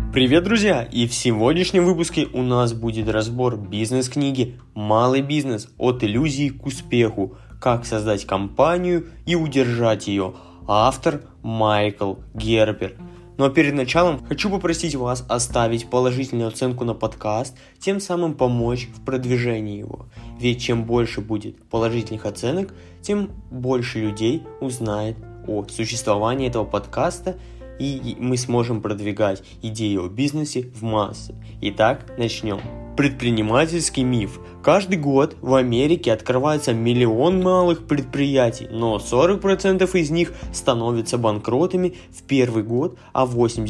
Привет, друзья! И в сегодняшнем выпуске у нас будет разбор бизнес-книги «Малый бизнес. От иллюзии к успеху. Как создать компанию и удержать ее». Автор Майкл Гербер. Но перед началом хочу попросить вас оставить положительную оценку на подкаст, тем самым помочь в продвижении его. Ведь чем больше будет положительных оценок, тем больше людей узнает о существовании этого подкаста, и мы сможем продвигать идеи о бизнесе в массы. Итак, начнем. Предпринимательский миф. Каждый год в Америке открывается 1 миллион малых предприятий, но 40% из них становятся банкротами в первый год, а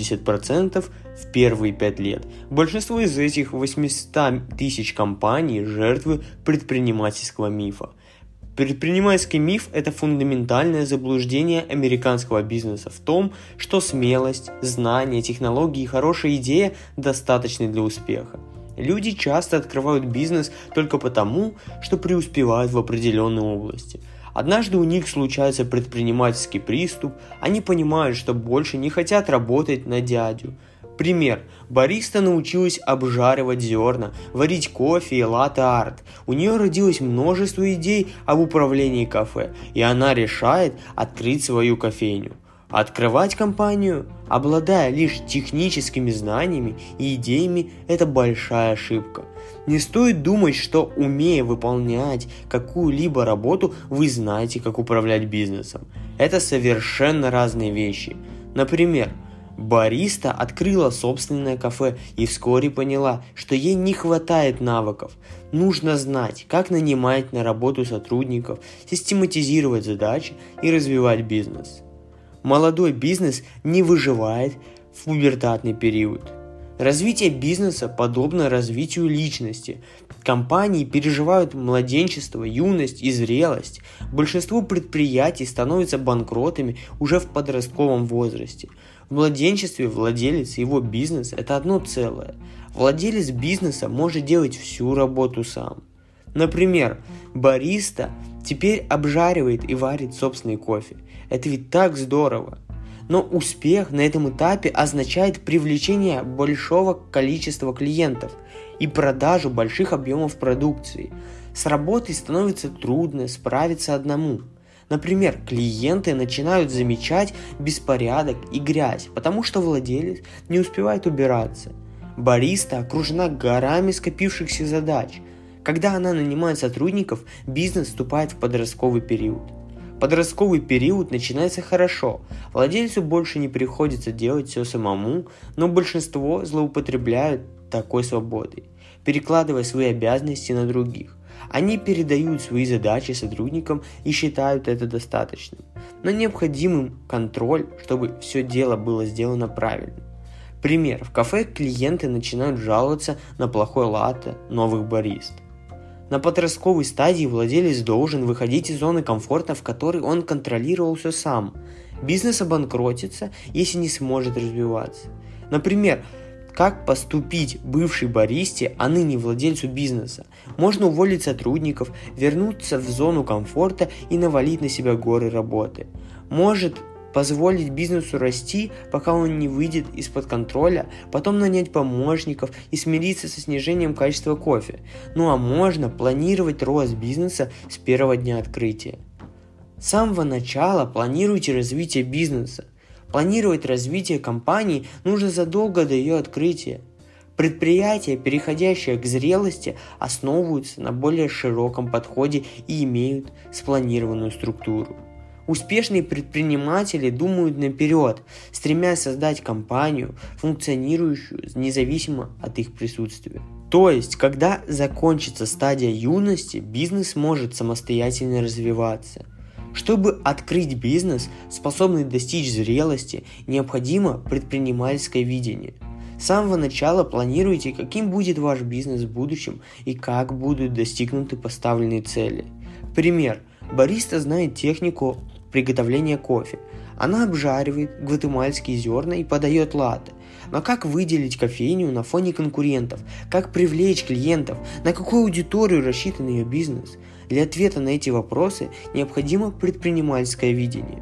80% в первые 5 лет. Большинство из этих 800 тысяч компаний – жертвы предпринимательского мифа. Предпринимательский миф – это фундаментальное заблуждение американского бизнеса в том, что смелость, знания, технологии и хорошая идея достаточны для успеха. Люди часто открывают бизнес только потому, что преуспевают в определенной области. Однажды у них случается предпринимательский приступ, они понимают, что больше не хотят работать на дядю. Пример. Бариста научилась обжаривать зерна, варить кофе и латте-арт. У нее родилось множество идей об управлении кафе, и она решает открыть свою кофейню. Открывать компанию, обладая лишь техническими знаниями и идеями, это большая ошибка. Не стоит думать, что, умея выполнять какую-либо работу, вы знаете, как управлять бизнесом. Это совершенно разные вещи. Например, бариста открыла собственное кафе и вскоре поняла, что ей не хватает навыков. Нужно знать, как нанимать на работу сотрудников, систематизировать задачи и развивать бизнес. Молодой бизнес не выживает в пубертатный период. Развитие бизнеса подобно развитию личности. Компании переживают младенчество, юность и зрелость. Большинство предприятий становятся банкротами уже в подростковом возрасте. В младенчестве владелец и его бизнес – это одно целое. Владелец бизнеса может делать всю работу сам. Например, бариста теперь обжаривает и варит собственный кофе. Это ведь так здорово! Но успех на этом этапе означает привлечение большого количества клиентов и продажу больших объемов продукции. С работой становится трудно справиться одному. Например, клиенты начинают замечать беспорядок и грязь, потому что владелец не успевает убираться. Бариста окружена горами скопившихся задач. Когда она нанимает сотрудников, бизнес вступает в подростковый период. Подростковый период начинается хорошо. Владельцу больше не приходится делать все самому, но большинство злоупотребляют такой свободой, перекладывая свои обязанности на других. Они передают свои задачи сотрудникам и считают это достаточным. Но необходим им контроль, чтобы все дело было сделано правильно. Пример. В кафе клиенты начинают жаловаться на плохой латте новых барист. На подростковой стадии владелец должен выходить из зоны комфорта, в которой он контролировал все сам. Бизнес обанкротится, если не сможет развиваться. Например, как поступить бывшей баристе, а ныне владельцу бизнеса? Можно уволить сотрудников, вернуться в зону комфорта и навалить на себя горы работы. Может позволить бизнесу расти, пока он не выйдет из-под контроля, потом нанять помощников и смириться со снижением качества кофе. Ну а можно планировать рост бизнеса с первого дня открытия. С самого начала планируйте развитие бизнеса. Планировать развитие компании нужно задолго до ее открытия. Предприятия, переходящие к зрелости, основываются на более широком подходе и имеют спланированную структуру. Успешные предприниматели думают наперед, стремясь создать компанию, функционирующую независимо от их присутствия. То есть, когда закончится стадия юности, бизнес может самостоятельно развиваться. Чтобы открыть бизнес, способный достичь зрелости, необходимо предпринимательское видение. С самого начала планируйте, каким будет ваш бизнес в будущем и как будут достигнуты поставленные цели. Пример. Бариста знает технику приготовления кофе. Она обжаривает гватемальские зерна и подает латте. Но как выделить кофейню на фоне конкурентов? Как привлечь клиентов? На какую аудиторию рассчитан ее бизнес? Для ответа на эти вопросы необходимо предпринимательское видение.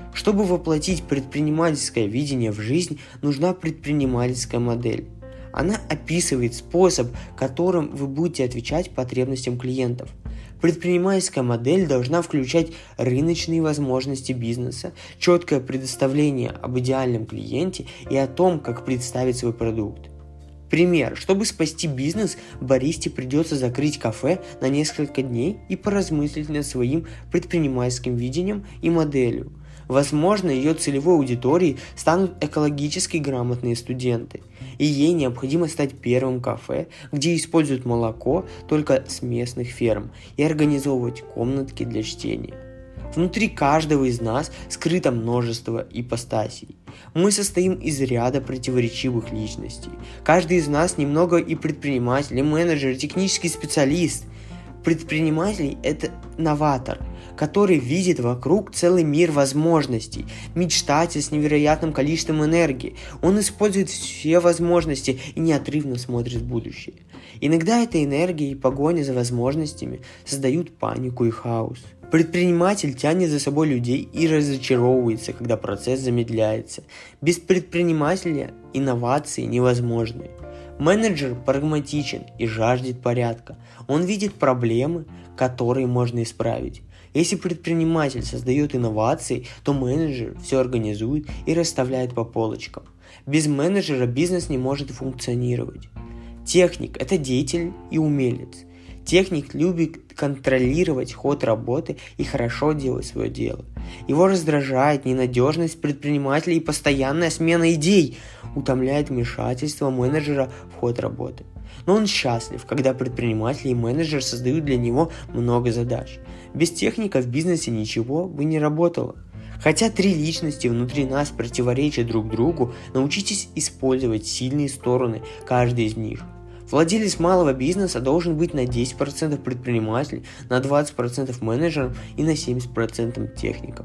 Чтобы воплотить предпринимательское видение в жизнь, нужна предпринимательская модель. Она описывает способ, которым вы будете отвечать потребностям клиентов. Предпринимательская модель должна включать рыночные возможности бизнеса, четкое представление об идеальном клиенте и о том, как представить свой продукт. Пример. Чтобы спасти бизнес, баристе придется закрыть кафе на несколько дней и поразмыслить над своим предпринимательским видением и моделью. Возможно, ее целевой аудиторией станут экологически грамотные студенты, и ей необходимо стать первым кафе, где используют молоко только с местных ферм, и организовывать комнатки для чтения. Внутри каждого из нас скрыто множество ипостасей. Мы состоим из ряда противоречивых личностей. Каждый из нас немного и предприниматель, и менеджер, и технический специалист. Предприниматель – это новатор, который видит вокруг целый мир возможностей, мечтатель с невероятным количеством энергии. Он использует все возможности и неотрывно смотрит в будущее. Иногда эта энергия и погоня за возможностями создают панику и хаос. Предприниматель тянет за собой людей и разочаровывается, когда процесс замедляется. Без предпринимателя инновации невозможны. Менеджер прагматичен и жаждет порядка. Он видит проблемы, которые можно исправить. Если предприниматель создает инновации, то менеджер все организует и расставляет по полочкам. Без менеджера бизнес не может функционировать. Техник – это деятель и умелец. Техник любит контролировать ход работы и хорошо делать свое дело. Его раздражает ненадежность предпринимателя и постоянная смена идей, утомляет вмешательство менеджера в ход работы. Но он счастлив, когда предприниматели и менеджер создают для него много задач. Без техника в бизнесе ничего бы не работало. Хотя три личности внутри нас противоречат друг другу, научитесь использовать сильные стороны каждой из них. Владелец малого бизнеса должен быть на 10% предпринимателем, на 20% менеджером и на 70% техником.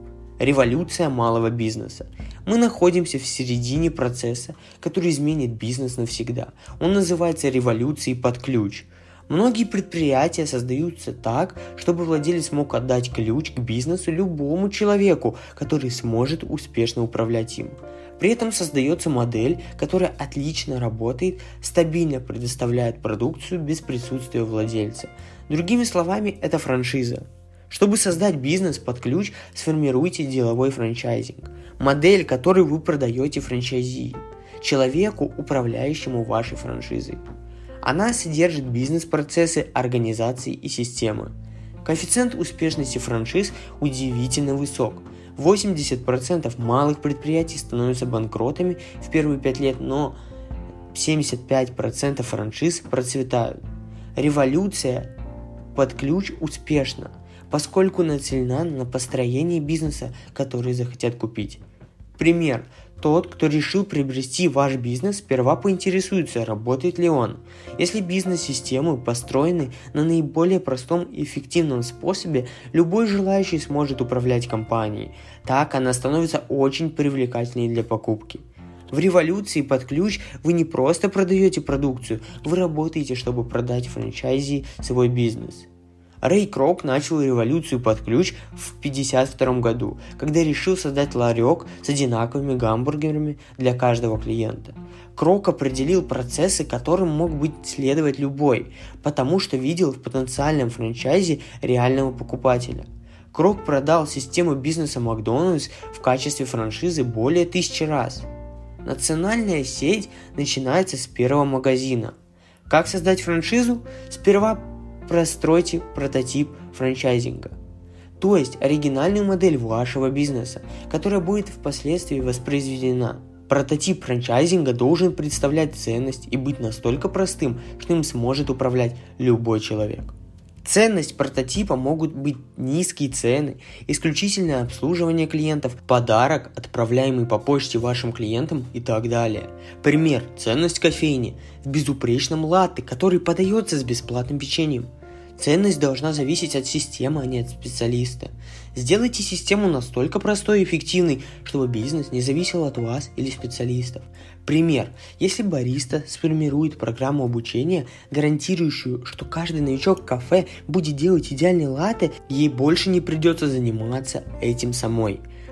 Революция малого бизнеса. Мы находимся в середине процесса, который изменит бизнес навсегда. Он называется революцией под ключ. Многие предприятия создаются так, чтобы владелец мог отдать ключ к бизнесу любому человеку, который сможет успешно управлять им. При этом создается модель, которая отлично работает, стабильно предоставляет продукцию без присутствия владельца. Другими словами, это франшиза. Чтобы создать бизнес под ключ, сформируйте деловой франчайзинг. Модель, которую вы продаете франчайзи, человеку, управляющему вашей франшизой. Она содержит бизнес-процессы, организации и системы. Коэффициент успешности франшиз удивительно высок. 80% малых предприятий становятся банкротами в первые 5 лет, но 75% франшиз процветают. Революция под ключ успешна, поскольку нацелена на построение бизнеса, который захотят купить. Пример. Тот, кто решил приобрести ваш бизнес, сперва поинтересуется, работает ли он. Если бизнес-системы построены на наиболее простом и эффективном способе, любой желающий сможет управлять компанией. Так она становится очень привлекательной для покупки. В революции под ключ вы не просто продаете продукцию, вы работаете, чтобы продать франчайзи свой бизнес. Рэй Крок начал революцию под ключ в 1952 году, когда решил создать ларек с одинаковыми гамбургерами для каждого клиента. Крок определил процессы, которым мог быть следовать любой, потому что видел в потенциальном франчайзе реального покупателя. Крок продал систему бизнеса Макдональдс в качестве франшизы более 1000 раз. Национальная сеть начинается с первого магазина. Как создать франшизу? Сперва простройте прототип франчайзинга, то есть оригинальную модель вашего бизнеса, которая будет впоследствии воспроизведена. Прототип франчайзинга должен представлять ценность и быть настолько простым, что им сможет управлять любой человек. Ценность прототипа могут быть низкие цены, исключительное обслуживание клиентов, подарок, отправляемый по почте вашим клиентам и так далее. Пример. Ценность кофейни в безупречном латте, который подается с бесплатным печеньем. Ценность должна зависеть от системы, а не от специалиста. Сделайте систему настолько простой и эффективной, чтобы бизнес не зависел от вас или специалистов. Пример. Если бариста сформирует программу обучения, гарантирующую, что каждый новичок в кафе будет делать идеальный латте, ей больше не придется заниматься этим самой.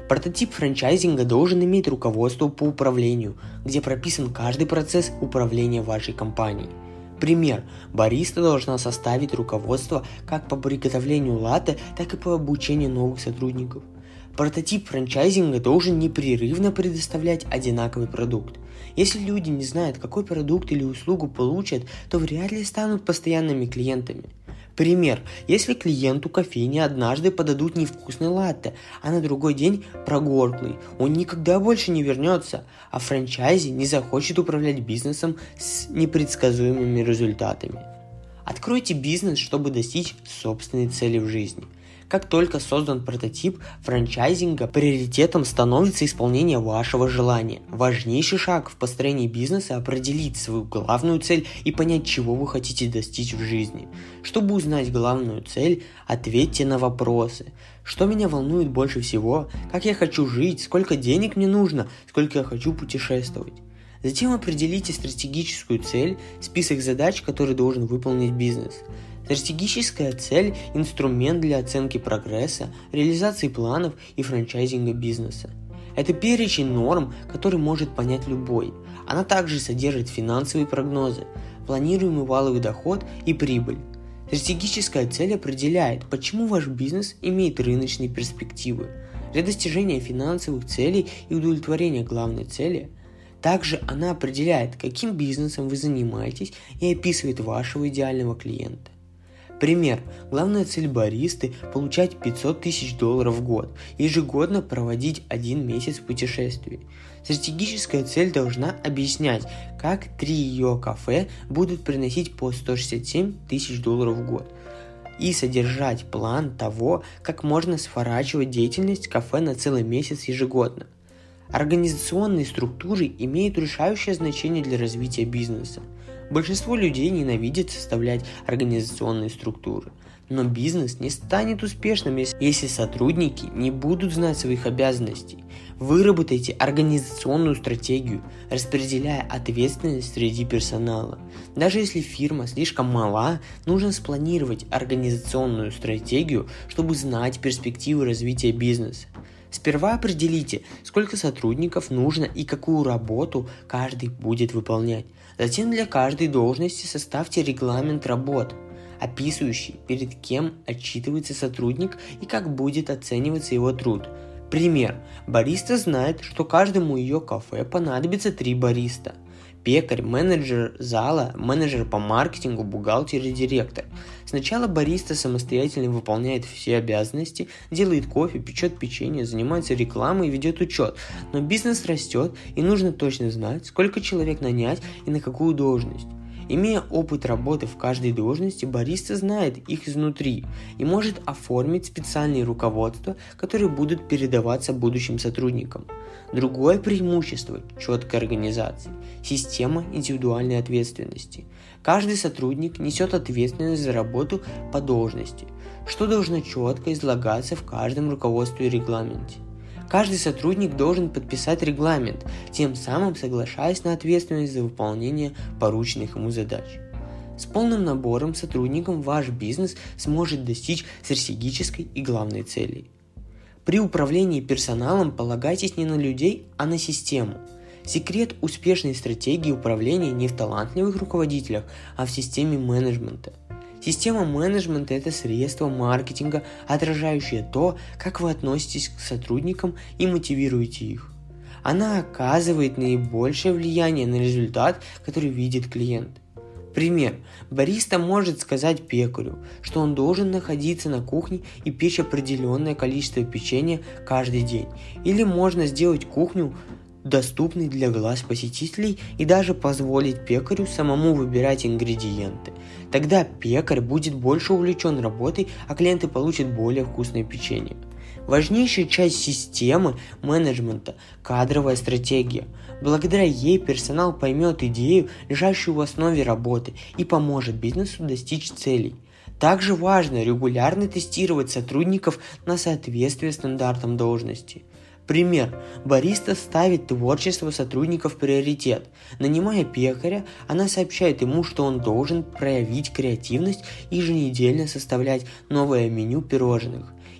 Прототип франчайзинга должен иметь руководство по управлению, где прописан каждый процесс управления вашей компанией. Пример. Бариста должна составить руководство как по приготовлению латте, так и по обучению новых сотрудников. Прототип франчайзинга должен непрерывно предоставлять одинаковый продукт. Если люди не знают, какой продукт или услугу получат, то вряд ли станут постоянными клиентами. Пример. Если клиенту кофейни однажды подадут невкусный латте, а на другой день прогорклый, он никогда больше не вернется, а франчайзи не захочет управлять бизнесом с непредсказуемыми результатами. Откройте бизнес, чтобы достичь собственной цели в жизни. Как только создан прототип франчайзинга, приоритетом становится исполнение вашего желания. Важнейший шаг в построении бизнеса – определить свою главную цель и понять, чего вы хотите достичь в жизни. Чтобы узнать главную цель, ответьте на вопросы. Что меня волнует больше всего? Как я хочу жить? Сколько денег мне нужно? Сколько я хочу путешествовать? Затем определите стратегическую цель, список задач, которые должен выполнить бизнес. Стратегическая цель – инструмент для оценки прогресса, реализации планов и франчайзинга бизнеса. Это перечень норм, который может понять любой. Она также содержит финансовые прогнозы, планируемый валовый доход и прибыль. Стратегическая цель определяет, почему ваш бизнес имеет рыночные перспективы. Для достижения финансовых целей и удовлетворения главной цели – также она определяет, каким бизнесом вы занимаетесь и описывает вашего идеального клиента. Пример. Главная цель баристы – получать $500 000 в год, ежегодно проводить 1 месяц в путешествии. Стратегическая цель должна объяснять, как 3 ее кафе будут приносить по $167 000 в год, и содержать план того, как можно сворачивать деятельность кафе на целый месяц ежегодно. Организационные структуры имеют решающее значение для развития бизнеса. Большинство людей ненавидят составлять организационные структуры, но бизнес не станет успешным, если сотрудники не будут знать своих обязанностей. Выработайте организационную стратегию, распределяя ответственность среди персонала. Даже если фирма слишком мала, нужно спланировать организационную стратегию, чтобы знать перспективы развития бизнеса. Сперва определите, сколько сотрудников нужно и какую работу каждый будет выполнять. Затем для каждой должности составьте регламент работ, описывающий, перед кем отчитывается сотрудник и как будет оцениваться его труд. Пример. Бариста знает, что каждому ее кафе понадобится 3 бариста. Пекарь, менеджер зала, менеджер по маркетингу, бухгалтер и директор. Сначала бариста самостоятельно выполняет все обязанности, делает кофе, печет печенье, занимается рекламой и ведет учет. Но бизнес растет, и нужно точно знать, сколько человек нанять и на какую должность. Имея опыт работы в каждой должности, бариста знает их изнутри и может оформить специальные руководства, которые будут передаваться будущим сотрудникам. Другое преимущество четкой организации – система индивидуальной ответственности. Каждый сотрудник несет ответственность за работу по должности, что должно четко излагаться в каждом руководстве и регламенте. Каждый сотрудник должен подписать регламент, тем самым соглашаясь на ответственность за выполнение порученных ему задач. С полным набором сотрудников ваш бизнес сможет достичь стратегической и главной целей. При управлении персоналом полагайтесь не на людей, а на систему. Секрет успешной стратегии управления не в талантливых руководителях, а в системе менеджмента. Система менеджмента – это средство маркетинга, отражающее то, как вы относитесь к сотрудникам и мотивируете их. Она оказывает наибольшее влияние на результат, который видит клиент. Пример. Бариста может сказать пекарю, что он должен находиться на кухне и печь определенное количество печенья каждый день. Или можно сделать кухню доступный для глаз посетителей и даже позволить пекарю самому выбирать ингредиенты. Тогда пекарь будет больше увлечен работой, а клиенты получат более вкусное печенье. Важнейшая часть системы менеджмента – кадровая стратегия. Благодаря ей персонал поймет идею, лежащую в основе работы, и поможет бизнесу достичь целей. Также важно регулярно тестировать сотрудников на соответствие стандартам должности. Пример. Бариста ставит творчество сотрудников в приоритет. Нанимая пекаря, она сообщает ему, что он должен проявить креативность и еженедельно составлять новое меню пирожных.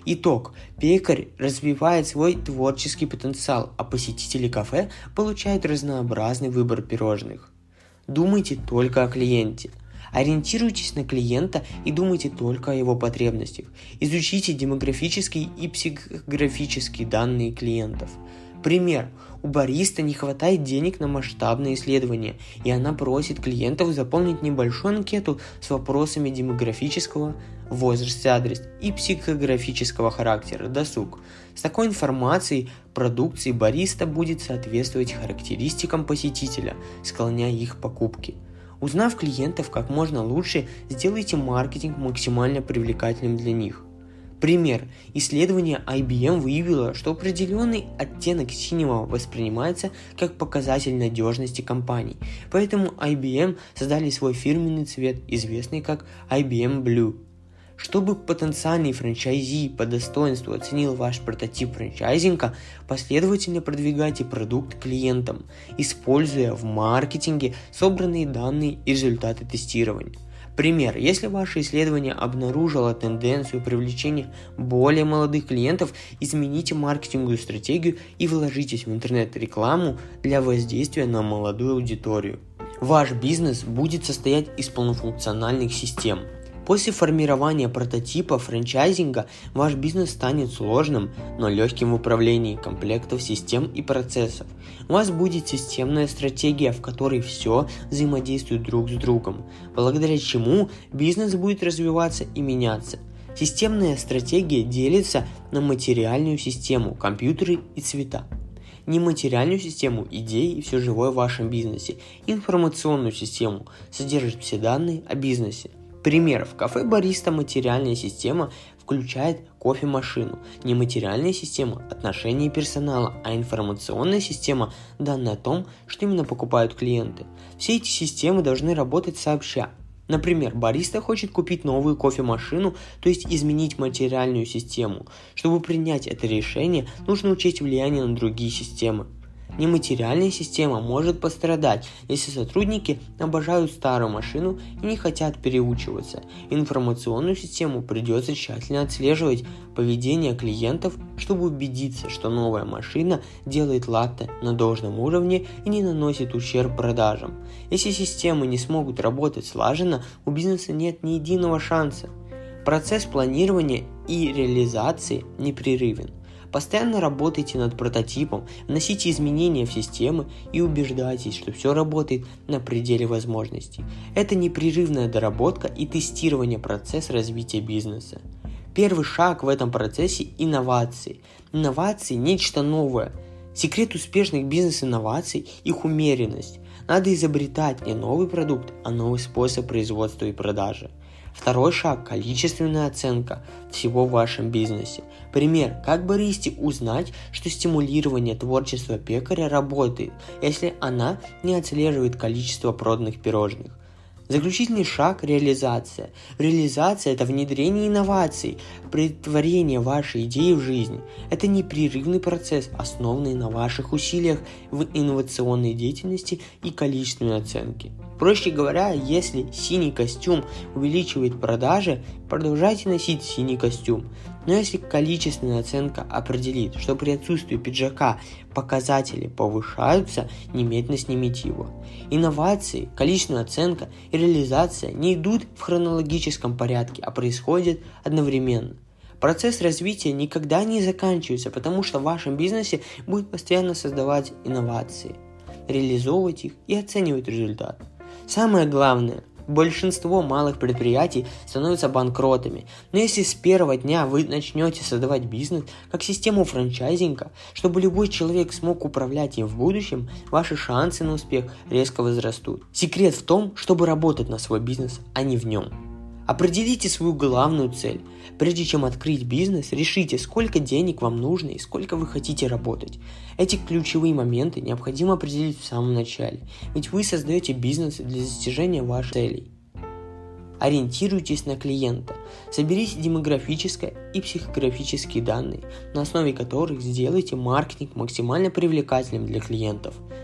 Итог. Пекарь развивает свой творческий потенциал, а посетители кафе получают разнообразный выбор пирожных. Думайте только о клиенте. Ориентируйтесь на клиента и думайте только о его потребностях. Изучите демографические и психографические данные клиентов. Пример. У бариста не хватает денег на масштабные исследования, и она просит клиентов заполнить небольшую анкету с вопросами демографического, возраст, адрес и психографического характера, досуг. С такой информацией продукции бариста будет соответствовать характеристикам посетителя, склоняя их к покупке. Узнав клиентов как можно лучше, сделайте маркетинг максимально привлекательным для них. Пример. Исследование IBM выявило, что определенный оттенок синего воспринимается как показатель надежности компаний, поэтому IBM создали свой фирменный цвет, известный как IBM Blue. Чтобы потенциальный франчайзи по достоинству оценил ваш прототип франчайзинга, последовательно продвигайте продукт клиентам, используя в маркетинге собранные данные и результаты тестирования. Пример. Если ваше исследование обнаружило тенденцию привлечения более молодых клиентов, измените маркетинговую стратегию и вложитесь в интернет-рекламу для воздействия на молодую аудиторию. Ваш бизнес будет состоять из полнофункциональных систем. После формирования прототипа франчайзинга ваш бизнес станет сложным, но легким в управлении комплектов систем и процессов. У вас будет системная стратегия, в которой все взаимодействует друг с другом, благодаря чему бизнес будет развиваться и меняться. Системная стратегия делится на материальную систему, компьютеры и цвета. Нематериальную систему, идеи и все живое в вашем бизнесе. Информационную систему содержит все данные о бизнесе. Пример. В кафе бариста материальная система включает кофемашину, нематериальная система – отношения персонала, а информационная система – данные о том, что именно покупают клиенты. Все эти системы должны работать сообща. Например, бариста хочет купить новую кофемашину, то есть изменить материальную систему. Чтобы принять это решение, нужно учесть влияние на другие системы. Нематериальная система может пострадать, если сотрудники обожают старую машину и не хотят переучиваться. Информационную систему придется тщательно отслеживать поведение клиентов, чтобы убедиться, что новая машина делает латте на должном уровне и не наносит ущерб продажам. Если системы не смогут работать слаженно, у бизнеса нет ни единого шанса. Процесс планирования и реализации непрерывен. Постоянно работайте над прототипом, вносите изменения в системы и убеждайтесь, что все работает на пределе возможностей. Это непрерывная доработка и тестирование процесса развития бизнеса. Первый шаг в этом процессе – инновации. Инновации – нечто новое. Секрет успешных бизнес-инноваций – их умеренность. Надо изобретать не новый продукт, а новый способ производства и продажи. Второй шаг – количественная оценка всего в вашем бизнесе. Пример. Как баристе узнать, что стимулирование творчества пекаря работает, если она не отслеживает количество проданных пирожных? Заключительный шаг – реализация. Реализация – это внедрение инноваций, претворение вашей идеи в жизнь. Это непрерывный процесс, основанный на ваших усилиях в инновационной деятельности и количественной оценке. Проще говоря, если синий костюм увеличивает продажи, продолжайте носить синий костюм. Но если количественная оценка определит, что при отсутствии пиджака показатели повышаются, немедленно снимите его. Инновации, количественная оценка и реализация не идут в хронологическом порядке, а происходят одновременно. Процесс развития никогда не заканчивается, потому что в вашем бизнесе будет постоянно создавать инновации, реализовывать их и оценивать результат. Самое главное, большинство малых предприятий становятся банкротами, но если с первого дня вы начнете создавать бизнес как систему франчайзинга, чтобы любой человек смог управлять им в будущем, ваши шансы на успех резко возрастут. Секрет в том, чтобы работать на свой бизнес, а не в нем. Определите свою главную цель. Прежде чем открыть бизнес, решите, сколько денег вам нужно и сколько вы хотите работать. Эти ключевые моменты необходимо определить в самом начале, ведь вы создаете бизнес для достижения ваших целей. Ориентируйтесь на клиента. Соберите демографические и психографические данные, на основе которых сделайте маркетинг максимально привлекательным для клиентов.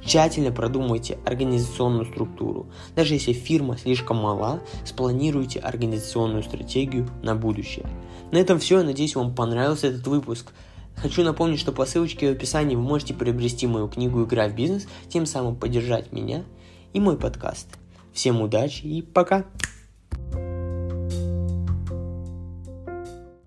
Тщательно продумайте организационную структуру. Даже если фирма слишком мала, спланируйте организационную стратегию на будущее. На этом все. Я надеюсь, вам понравился этот выпуск. Хочу напомнить, что по ссылочке в описании вы можете приобрести мою книгу «Игра в бизнес», тем самым поддержать меня и мой подкаст. Всем удачи и пока!